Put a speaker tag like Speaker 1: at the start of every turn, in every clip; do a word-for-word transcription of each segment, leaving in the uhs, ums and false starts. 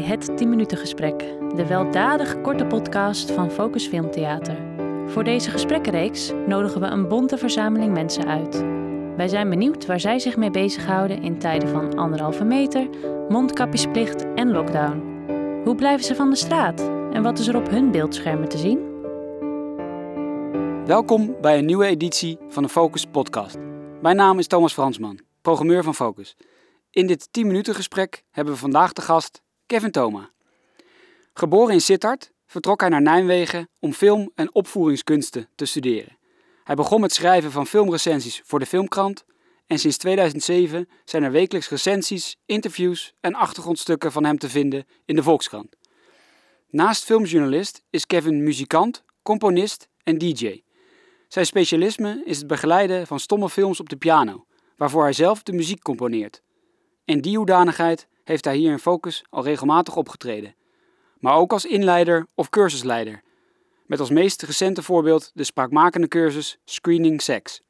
Speaker 1: Het tien minuten gesprek, de weldadig korte podcast van Focus Filmtheater. Voor deze gesprekkenreeks nodigen we een bonte verzameling mensen uit. Wij zijn benieuwd waar zij zich mee bezighouden in tijden van anderhalve meter, mondkapjesplicht en lockdown. Hoe blijven ze van de straat en wat is er op hun beeldschermen te zien?
Speaker 2: Welkom bij een nieuwe editie van de Focus podcast. Mijn naam is Thomas Fransman, programmeur van Focus. In dit tien minuten gesprek hebben we vandaag de gast Kevin Thoma. Geboren in Sittard vertrok hij naar Nijmegen om film- en opvoeringskunsten te studeren. Hij begon met schrijven van filmrecensies voor de Filmkrant en sinds tweeduizend zeven zijn er wekelijks recensies, interviews en achtergrondstukken van hem te vinden in de Volkskrant. Naast filmjournalist is Kevin muzikant, componist en D J. Zijn specialisme is het begeleiden van stomme films op de piano, waarvoor hij zelf de muziek componeert. In die hoedanigheid heeft hij hier in Focus al regelmatig opgetreden. Maar ook als inleider of cursusleider. Met als meest recente voorbeeld de spraakmakende cursus Screening Sex.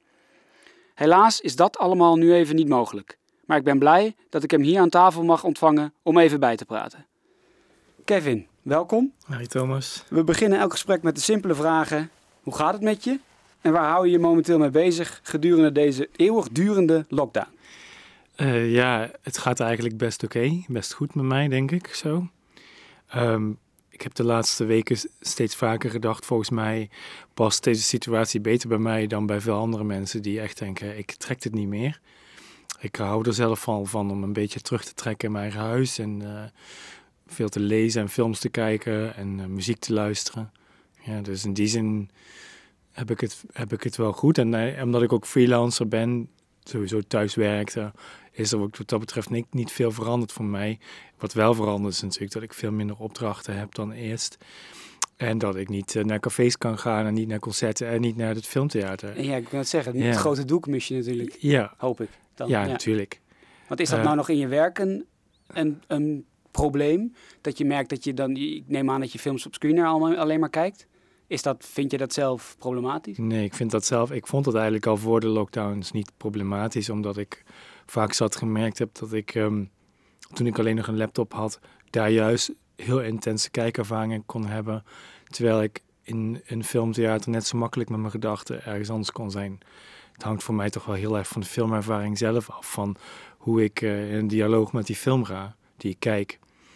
Speaker 2: Helaas is dat allemaal nu even niet mogelijk. Maar ik ben blij dat ik hem hier aan tafel mag ontvangen om even bij te praten. Kevin, welkom.
Speaker 3: Hi Thomas.
Speaker 2: We beginnen elk gesprek met de simpele vragen. Hoe gaat het met je? En waar hou je je momenteel mee bezig gedurende deze eeuwigdurende lockdown?
Speaker 3: Uh, ja, het gaat eigenlijk best oké. Okay. Best goed met mij, denk ik, zo. Um, ik heb de laatste weken steeds vaker gedacht, volgens mij past deze situatie beter bij mij dan bij veel andere mensen die echt denken, ik trek het niet meer. Ik hou er zelf van, van om een beetje terug te trekken in mijn eigen huis en uh, veel te lezen en films te kijken en uh, muziek te luisteren. Ja, dus in die zin heb ik het, heb ik het wel goed. En uh, omdat ik ook freelancer ben, sowieso thuis werkte, is er ook wat dat betreft niet, niet veel veranderd voor mij. Wat wel veranderd is natuurlijk dat ik veel minder opdrachten heb dan eerst. En dat ik niet uh, naar cafés kan gaan en niet naar concerten en niet naar het filmtheater.
Speaker 2: En ja, ik wil het zeggen,
Speaker 3: ja.
Speaker 2: Het grote doek mis je natuurlijk,
Speaker 3: ja.
Speaker 2: hoop ik. Dan,
Speaker 3: ja,
Speaker 2: ja,
Speaker 3: natuurlijk.
Speaker 2: Want is dat uh, nou nog in je werk een, een, een probleem? Dat je merkt dat je dan, ik neem aan dat je films op Screener allemaal, alleen maar kijkt. Is dat, vind je dat zelf problematisch?
Speaker 3: Nee, ik vind dat zelf, ik vond het eigenlijk al voor de lockdowns niet problematisch, omdat ik vaak zat gemerkt heb dat ik, um, toen ik alleen nog een laptop had, daar juist heel intense kijkervaringen kon hebben, terwijl ik in een filmtheater net zo makkelijk met mijn gedachten ergens anders kon zijn. Het hangt voor mij toch wel heel erg van de filmervaring zelf af, van hoe ik uh, in een dialoog met die film ga, die ik kijk.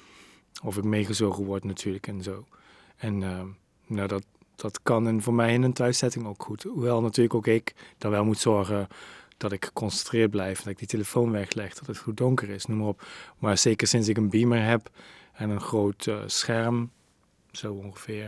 Speaker 3: Of ik meegezogen word natuurlijk en zo. En uh, nou, dat, dat kan en voor mij in een thuissetting ook goed. Hoewel natuurlijk ook ik dan wel moet zorgen dat ik geconcentreerd blijf, dat ik die telefoon wegleg, dat het goed donker is, noem maar op. Maar zeker sinds ik een beamer heb en een groot uh, scherm, zo ongeveer,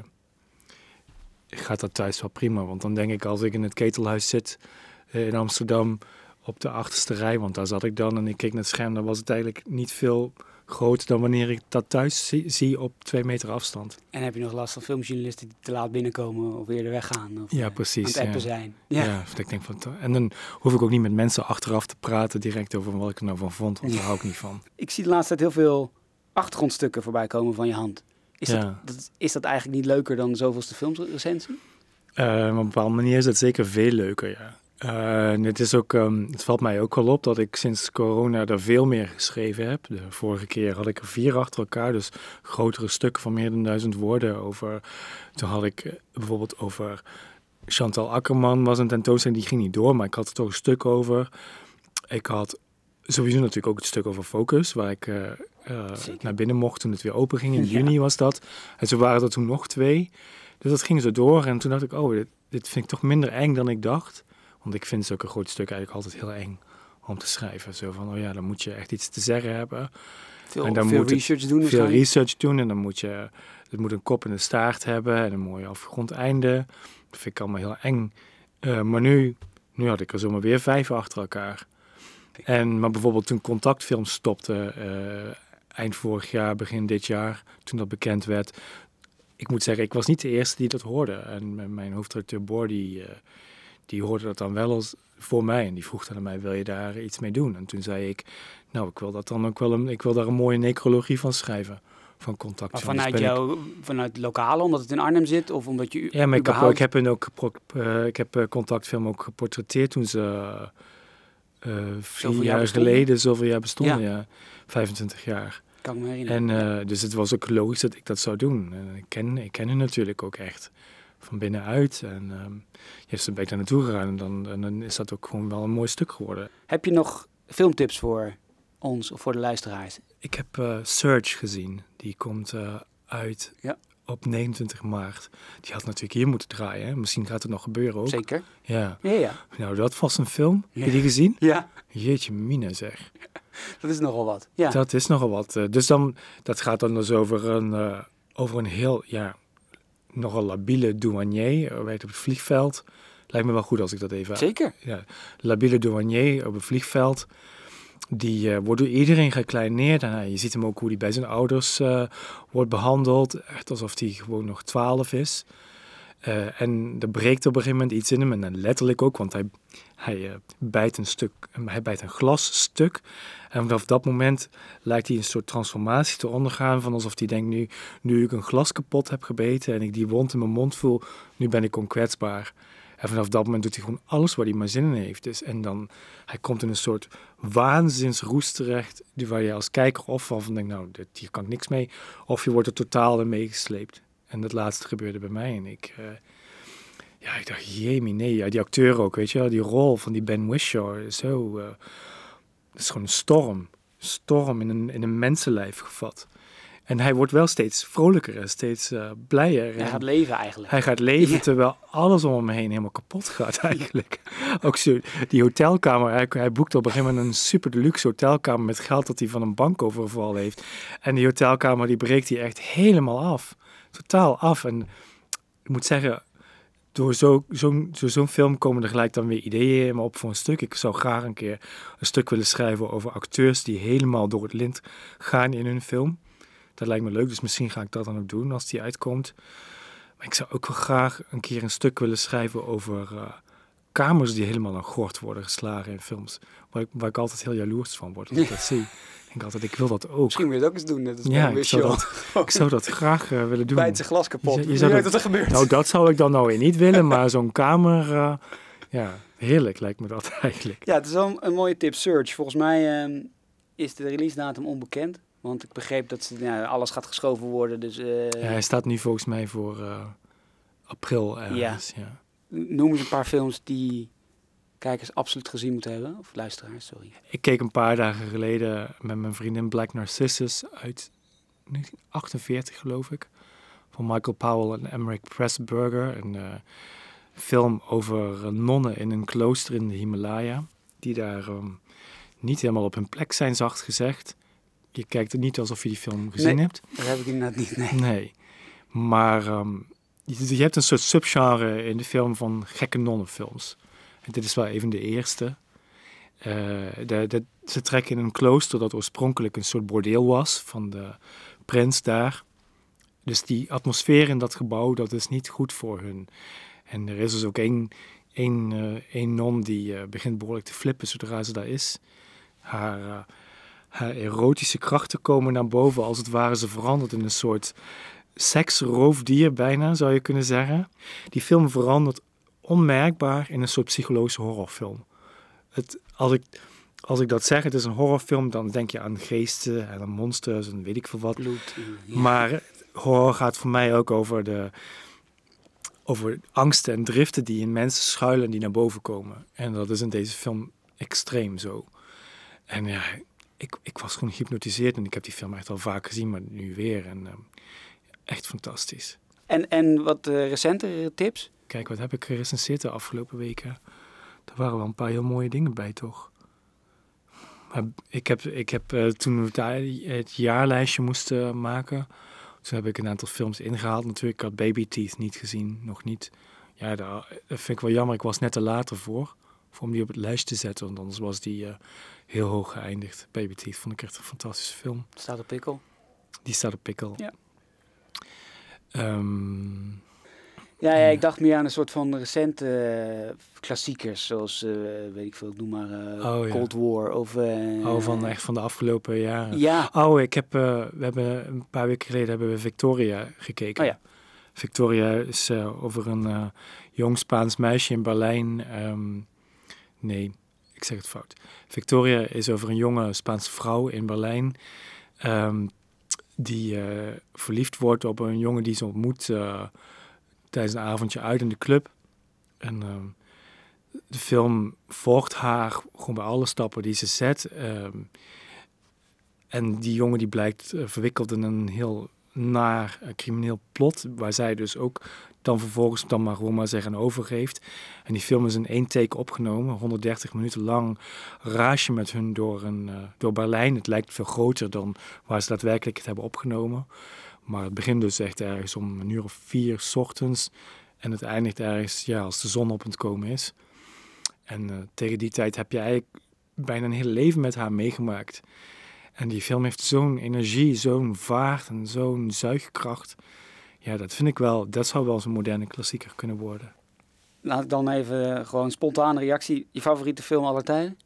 Speaker 3: gaat dat thuis wel prima. Want dan denk ik, als ik in het Ketelhuis zit uh, in Amsterdam op de achterste rij, want daar zat ik dan en ik keek naar het scherm, dan was het eigenlijk niet veel groter dan wanneer ik dat thuis zie, zie op twee meter afstand.
Speaker 2: En heb je nog last van filmjournalisten die te laat binnenkomen of eerder weggaan? Of
Speaker 3: ja, precies.
Speaker 2: aan het appen
Speaker 3: ja.
Speaker 2: zijn.
Speaker 3: Ja, ja ik denk van, en dan hoef ik ook niet met mensen achteraf te praten direct over wat ik er nou van vond, want daar hou ik niet van.
Speaker 2: Ik zie de laatste tijd heel veel achtergrondstukken voorbij komen van je hand. Is, ja. dat, dat, is dat eigenlijk niet leuker dan de zoveelste filmrecensie?
Speaker 3: Uh, op een bepaalde manier is het zeker veel leuker, ja. Uh, het, is ook, um, het valt mij ook wel op dat ik sinds corona er veel meer geschreven heb. De vorige keer had ik er vier achter elkaar, dus grotere stukken van meer dan duizend woorden over. Toen had ik uh, bijvoorbeeld over Chantal Akkerman, was een tentoonstelling, die ging niet door, maar ik had er toch een stuk over. Ik had sowieso natuurlijk ook het stuk over Focus, waar ik uh, uh, naar binnen mocht toen het weer open ging. In ja. juni was dat. En zo waren er toen nog twee. Dus dat ging zo door en toen dacht ik, oh, dit, dit vind ik toch minder eng dan ik dacht. Want ik vind zulke grote stukken eigenlijk altijd heel eng om te schrijven. Zo van, oh ja, dan moet je echt iets te zeggen hebben.
Speaker 2: Veel,
Speaker 3: en dan
Speaker 2: veel
Speaker 3: moet
Speaker 2: research
Speaker 3: het,
Speaker 2: doen.
Speaker 3: Veel research doen en dan moet je, het moet een kop en een staart hebben en een mooi afgrondeinde. Dat vind ik allemaal heel eng. Uh, maar nu, nu had ik er zomaar weer vijf achter elkaar. En, maar bijvoorbeeld toen Contactfilms stopte, uh, eind vorig jaar, begin dit jaar, toen dat bekend werd. Ik moet zeggen, ik was niet de eerste die dat hoorde. En mijn hoofdredacteur Boor, die... Uh, Die hoorde dat dan wel als voor mij en die vroeg dan aan mij, wil je daar iets mee doen? En toen zei ik, nou, ik wil dat dan ook wel een, ik wil daar een mooie necrologie van schrijven, van Contact.
Speaker 2: Maar vanuit jou, ik... vanuit lokale, omdat het in Arnhem zit, of omdat je?
Speaker 3: Ja, maar ik heb, ik heb hun ook, uh, ik heb uh, Contactfilm ook geportretteerd toen ze uh, uh, vier jaar, jaar geleden, zoveel jaar bestonden, ja. ja, vijfentwintig jaar.
Speaker 2: Kan ik me herinneren.
Speaker 3: En uh, dus het was ook logisch dat ik dat zou doen. En ik ken, ik ken hem natuurlijk ook echt van binnenuit. En um, ja, dus ben ik daar naartoe gegaan en dan, en dan is dat ook gewoon wel een mooi stuk geworden.
Speaker 2: Heb je nog filmtips voor ons of voor de luisteraars?
Speaker 3: Ik heb uh, Search gezien. Die komt uh, uit
Speaker 2: ja.
Speaker 3: op negenentwintig maart. Die had natuurlijk hier moeten draaien. Hè? Misschien gaat het nog gebeuren ook.
Speaker 2: Zeker.
Speaker 3: Ja.
Speaker 2: Ja, ja.
Speaker 3: Nou, dat was een film.
Speaker 2: Ja.
Speaker 3: Heb je die gezien?
Speaker 2: Ja.
Speaker 3: Jeetje mine zeg.
Speaker 2: Dat is nogal wat. Ja.
Speaker 3: Dat is nogal wat. Dus dan, dat gaat dan dus over een, uh, over een heel, ja, nogal labiele douanier. Weet op het vliegveld. Lijkt me wel goed als ik dat even...
Speaker 2: Zeker.
Speaker 3: Ja, labiele douanier op het vliegveld. Die uh, wordt door iedereen gekleineerd. En uh, je ziet hem ook hoe hij bij zijn ouders uh, wordt behandeld. Echt alsof hij gewoon nog twaalf is. Uh, en er breekt op een gegeven moment iets in hem. En dan letterlijk ook, want hij, hij, uh, bijt een stuk, hij bijt een glasstuk. En vanaf dat moment lijkt hij een soort transformatie te ondergaan. Van alsof hij denkt, nu, nu ik een glas kapot heb gebeten en ik die wond in mijn mond voel, nu ben ik onkwetsbaar. En vanaf dat moment doet hij gewoon alles waar hij maar zin in heeft. Dus, en dan, hij komt in een soort waanzinsroes terecht, waar je als kijker of van denkt, nou, dit, hier kan ik niks mee. Of je wordt er totaal in meegesleept. En dat laatste gebeurde bij mij. En ik, uh, ja, ik dacht, jemie, nee. Ja, die acteur ook, weet je wel. Die rol van die Ben Whishaw, zo, uh, dat is gewoon een storm. Storm in een, in een mensenlijf gevat. En hij wordt wel steeds vrolijker en steeds uh, blijer.
Speaker 2: Hij gaat leven eigenlijk.
Speaker 3: Hij gaat leven,
Speaker 2: ja.
Speaker 3: terwijl alles om hem heen helemaal kapot gaat eigenlijk. Ook zo, die hotelkamer, hij, hij boekt op een gegeven moment een super deluxe hotelkamer met geld dat hij van een bankoverval heeft. En die hotelkamer, die breekt hij echt helemaal af. Totaal af. En ik moet zeggen, door zo, zo, zo, zo'n film komen er gelijk dan weer ideeën in me op voor een stuk. Ik zou graag een keer een stuk willen schrijven over acteurs die helemaal door het lint gaan in hun film. Dat lijkt me leuk, dus misschien ga ik dat dan ook doen als die uitkomt. Maar ik zou ook wel graag een keer een stuk willen schrijven over uh, kamers die helemaal aan gort worden geslagen in films. Waar ik, waar ik altijd heel jaloers van word als ik dat zie. Ik denk altijd, ik wil dat ook.
Speaker 2: Misschien wil je het ook eens doen, net als
Speaker 3: ja,
Speaker 2: ik
Speaker 3: zou, dat, ik zou dat graag uh, willen doen.
Speaker 2: Bijt zijn glas kapot.
Speaker 3: Je, je zou
Speaker 2: weet
Speaker 3: dat,
Speaker 2: wat er gebeurt.
Speaker 3: Nou, dat zou ik dan nou weer niet willen, maar zo'n kamer, uh, ja, heerlijk lijkt me dat eigenlijk.
Speaker 2: Ja, het is wel een, een mooie tip, Search. Volgens mij uh, is de release datum onbekend. Want ik begreep dat ze, ja, alles gaat geschoven worden. Dus, uh,
Speaker 3: ja, hij staat nu volgens mij voor uh, april ergens. Ja. Ja.
Speaker 2: Noem eens een paar films die kijkers absoluut gezien moeten hebben. Of luisteraars, sorry.
Speaker 3: Ik keek een paar dagen geleden met mijn vriendin Black Narcissus uit negentien achtenveertig, geloof ik. Van Michael Powell en Emmerich Pressburger. Een uh, film over nonnen in een klooster in de Himalaya. Die daar um, niet helemaal op hun plek zijn, zacht gezegd. Je kijkt er niet alsof je die film gezien
Speaker 2: nee,
Speaker 3: hebt.
Speaker 2: Dat heb ik inderdaad niet, nee.
Speaker 3: Nee, maar um, je, je hebt een soort subgenre in de film van gekke nonnenfilms. En dit is wel even de eerste. Uh, de, de, ze trekken in een klooster dat oorspronkelijk een soort bordeel was van de prins daar. Dus die atmosfeer in dat gebouw, dat is niet goed voor hun. En er is dus ook één, één, uh, één non die uh, begint behoorlijk te flippen zodra ze daar is. Haar... Uh, Haar erotische krachten komen naar boven, als het ware. Ze verandert in een soort seksroofdier bijna, zou je kunnen zeggen. Die film verandert onmerkbaar in een soort psychologische horrorfilm. Het, als, ik, als ik dat zeg, het is een horrorfilm, dan denk je aan geesten en aan monsters en weet ik veel wat.
Speaker 2: Bloed. Ja.
Speaker 3: Maar horror gaat voor mij ook over de... over angsten en driften die in mensen schuilen en die naar boven komen. En dat is in deze film extreem zo. En ja... Ik, ik was gewoon gehypnotiseerd en ik heb die film echt al vaak gezien, maar nu weer. En uh, echt fantastisch.
Speaker 2: En, en wat uh, recentere tips?
Speaker 3: Kijk, wat heb ik gerecenseerd de afgelopen weken? Er waren wel een paar heel mooie dingen bij, toch? Maar ik heb, ik heb uh, toen we het jaarlijstje moesten maken, toen heb ik een aantal films ingehaald. Natuurlijk, ik had Baby Teeth niet gezien, nog niet. Ja, dat, dat vind ik wel jammer. Ik was net te laat ervoor. Om die op het lijstje te zetten, want anders was die uh, heel hoog geëindigd. Baby Teeth vond ik echt een fantastische film.
Speaker 2: Staat op Pikkel.
Speaker 3: Die staat op Pikkel.
Speaker 2: Ja.
Speaker 3: Um,
Speaker 2: ja, ja, ik dacht meer aan een soort van recente uh, klassiekers, zoals, uh, weet ik veel, ik noem maar uh,
Speaker 3: oh, ja.
Speaker 2: Cold War. Of, uh,
Speaker 3: oh, van echt van de afgelopen jaren.
Speaker 2: Ja.
Speaker 3: Oh, ik heb, uh, we hebben een paar weken geleden hebben we Victoria gekeken.
Speaker 2: Oh ja.
Speaker 3: Victoria is uh, over een uh, jong Spaans meisje in Berlijn. Um, Nee, ik zeg het fout. Victoria is over een jonge Spaanse vrouw in Berlijn. Um, die uh, verliefd wordt op een jongen die ze ontmoet uh, tijdens een avondje uit in de club. En um, de film volgt haar gewoon bij alle stappen die ze zet. Um, en die jongen die blijkt uh, verwikkeld in een heel naar uh, crimineel plot, waar zij dus ook dan vervolgens dan maar gewoon maar zeggen overgeeft. En die film is in één take opgenomen, honderddertig minuten lang raas je met hun door, een, uh, door Berlijn. Het lijkt veel groter dan waar ze daadwerkelijk het hebben opgenomen. Maar het begint dus echt ergens om een uur of vier 's ochtends en het eindigt ergens ja, als de zon op het komen is. En uh, tegen die tijd heb je eigenlijk bijna een hele leven met haar meegemaakt. En die film heeft zo'n energie, zo'n vaart en zo'n zuigkracht. Ja, dat vind ik wel, dat zou wel eens een moderne klassieker kunnen worden.
Speaker 2: Laat ik dan even uh, gewoon spontane reactie. Je favoriete film aller tijden?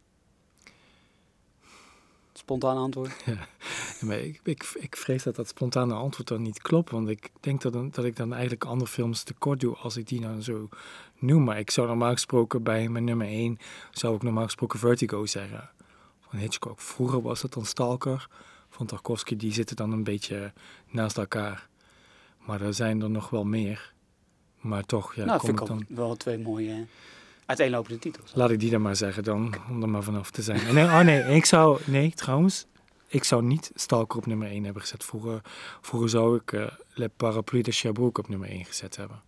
Speaker 2: Spontane antwoord.
Speaker 3: Ja, maar ik, ik, ik vrees dat dat spontane antwoord dan niet klopt. Want ik denk dat, dan, dat ik dan eigenlijk andere films tekort doe als ik die nou zo noem. Maar ik zou normaal gesproken bij mijn nummer één, zou ik normaal gesproken Vertigo zeggen. Van Hitchcock. Vroeger was het dan Stalker van Tarkovsky. Die zitten dan een beetje naast elkaar. Maar er zijn er nog wel meer. Maar toch, ja,
Speaker 2: nou,
Speaker 3: kom
Speaker 2: vind
Speaker 3: ik
Speaker 2: ik
Speaker 3: dan...
Speaker 2: wel twee mooie uiteenlopende titels.
Speaker 3: Laat ik die dan maar zeggen dan, om er maar vanaf te zijn. Nee, oh nee, ik zou... Nee, trouwens, ik zou niet Stalker op nummer één hebben gezet. Vroeger, vroeger zou ik uh, Le Parapluie de Cherbourg op nummer één gezet hebben.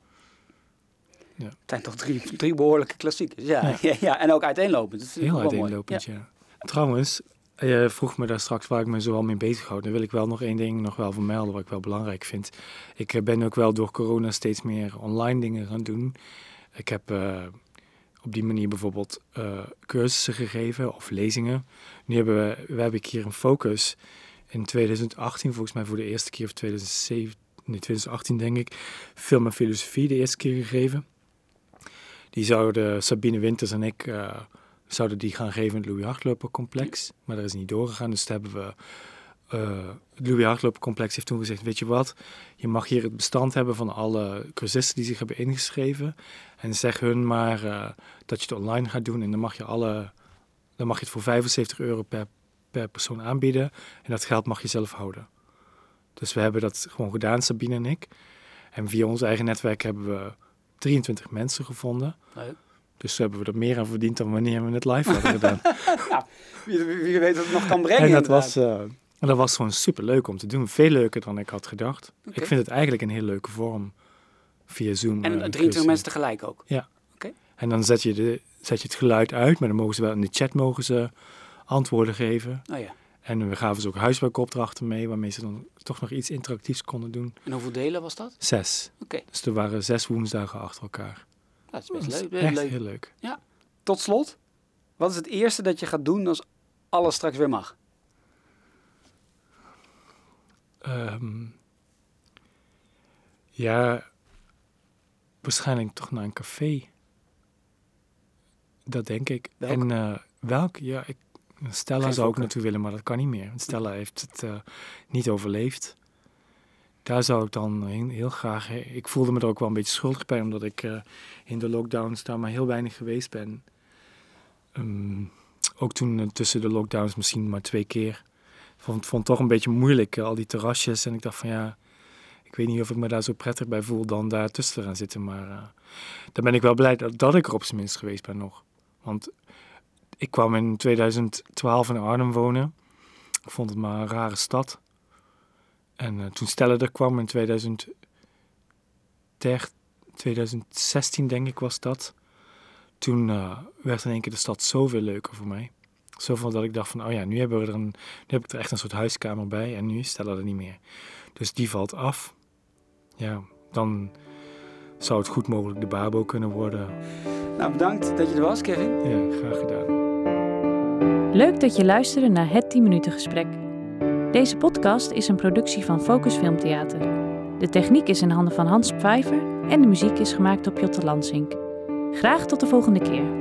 Speaker 3: Ja.
Speaker 2: Het zijn toch drie, drie behoorlijke klassiekers. Ja, ja. ja, ja. En ook uiteenlopend. Dat
Speaker 3: Heel uiteenlopend, ja. ja. Trouwens, je vroeg me daar straks waar ik me zoal mee bezighoud. Dan wil ik wel nog één ding nog wel vermelden wat ik wel belangrijk vind. Ik ben ook wel door corona steeds meer online dingen gaan doen. Ik heb uh, op die manier bijvoorbeeld uh, cursussen gegeven of lezingen. Nu hebben we, we hebben ik hier een Focus in twintig achttien, volgens mij voor de eerste keer, of twintig zeventien, nee, twintig achttien denk ik, film en filosofie de eerste keer gegeven. Die zouden Sabine Winters en ik... Uh, zouden die gaan geven in het Louis Hardloper complex. Maar dat is niet doorgegaan. Dus hebben we... Uh, het Louis Hardloper complex heeft toen gezegd... Weet je wat? Je mag hier het bestand hebben van alle cursisten die zich hebben ingeschreven. En zeg hun maar uh, dat je het online gaat doen. En dan mag je alle... Dan mag je het voor vijfenzeventig euro per, per persoon aanbieden. En dat geld mag je zelf houden. Dus we hebben dat gewoon gedaan, Sabine en ik. En via ons eigen netwerk hebben we drieëntwintig mensen gevonden.
Speaker 2: Leuk.
Speaker 3: Dus hebben we er meer aan verdiend dan wanneer we het live hadden gedaan.
Speaker 2: Nou, wie, wie weet wat het nog kan brengen.
Speaker 3: En dat, was, uh, en dat was gewoon super leuk om te doen. Veel leuker dan ik had gedacht. Okay. Ik vind het eigenlijk een heel leuke vorm via Zoom.
Speaker 2: En uh, drieëntwintig mensen tegelijk ook?
Speaker 3: Ja.
Speaker 2: Okay.
Speaker 3: En dan zet je, de, zet je het geluid uit, maar dan mogen ze wel in de chat mogen ze antwoorden geven.
Speaker 2: Oh ja.
Speaker 3: En we gaven ze ook huiswerkopdrachten mee, waarmee ze dan toch nog iets interactiefs konden doen.
Speaker 2: En hoeveel delen was dat?
Speaker 3: Zes.
Speaker 2: Oké. Okay.
Speaker 3: Dus er waren zes woensdagen achter elkaar.
Speaker 2: Dat is best leuk.
Speaker 3: Echt
Speaker 2: leuk.
Speaker 3: heel leuk.
Speaker 2: Ja. Tot slot, wat is het eerste dat je gaat doen als alles straks weer mag?
Speaker 3: Um, ja, waarschijnlijk toch naar een café. Dat denk ik.
Speaker 2: Welk?
Speaker 3: En uh, welk? Ja, ik, Stella
Speaker 2: Geen
Speaker 3: zou ik
Speaker 2: fokker.
Speaker 3: naartoe willen, maar dat kan niet meer. Want Stella heeft het uh, niet overleefd. Daar zou ik dan heel, heel graag... Ik voelde me er ook wel een beetje schuldig bij, omdat ik uh, in de lockdowns daar maar heel weinig geweest ben. Um, ook toen uh, tussen de lockdowns misschien maar twee keer. Ik vond, vond het toch een beetje moeilijk, uh, al die terrasjes. En ik dacht van ja, ik weet niet of ik me daar zo prettig bij voel dan daar tussen te gaan zitten. Maar uh, dan ben ik wel blij dat, dat ik er op zijn minst geweest ben nog. Want ik kwam in twintig twaalf in Arnhem wonen. Ik vond het maar een rare stad. En uh, toen Stella er kwam in twintig dertien, twintig zestien denk ik was dat. Toen uh, werd in één keer de stad zoveel leuker voor mij. Zoveel dat ik dacht van, oh ja, nu, hebben we er een, nu heb ik er echt een soort huiskamer bij. En nu is Stella er niet meer. Dus die valt af. Ja, dan zou het goed mogelijk de Babo kunnen worden.
Speaker 2: Nou, bedankt dat je er was, Kevin.
Speaker 3: Ja, graag gedaan.
Speaker 1: Leuk dat je luisterde naar het tien minuten gesprek. Deze podcast is een productie van Focus Filmtheater. De techniek is in handen van Hans Pfeiffer en de muziek is gemaakt door Piotr Lansink. Graag tot de volgende keer.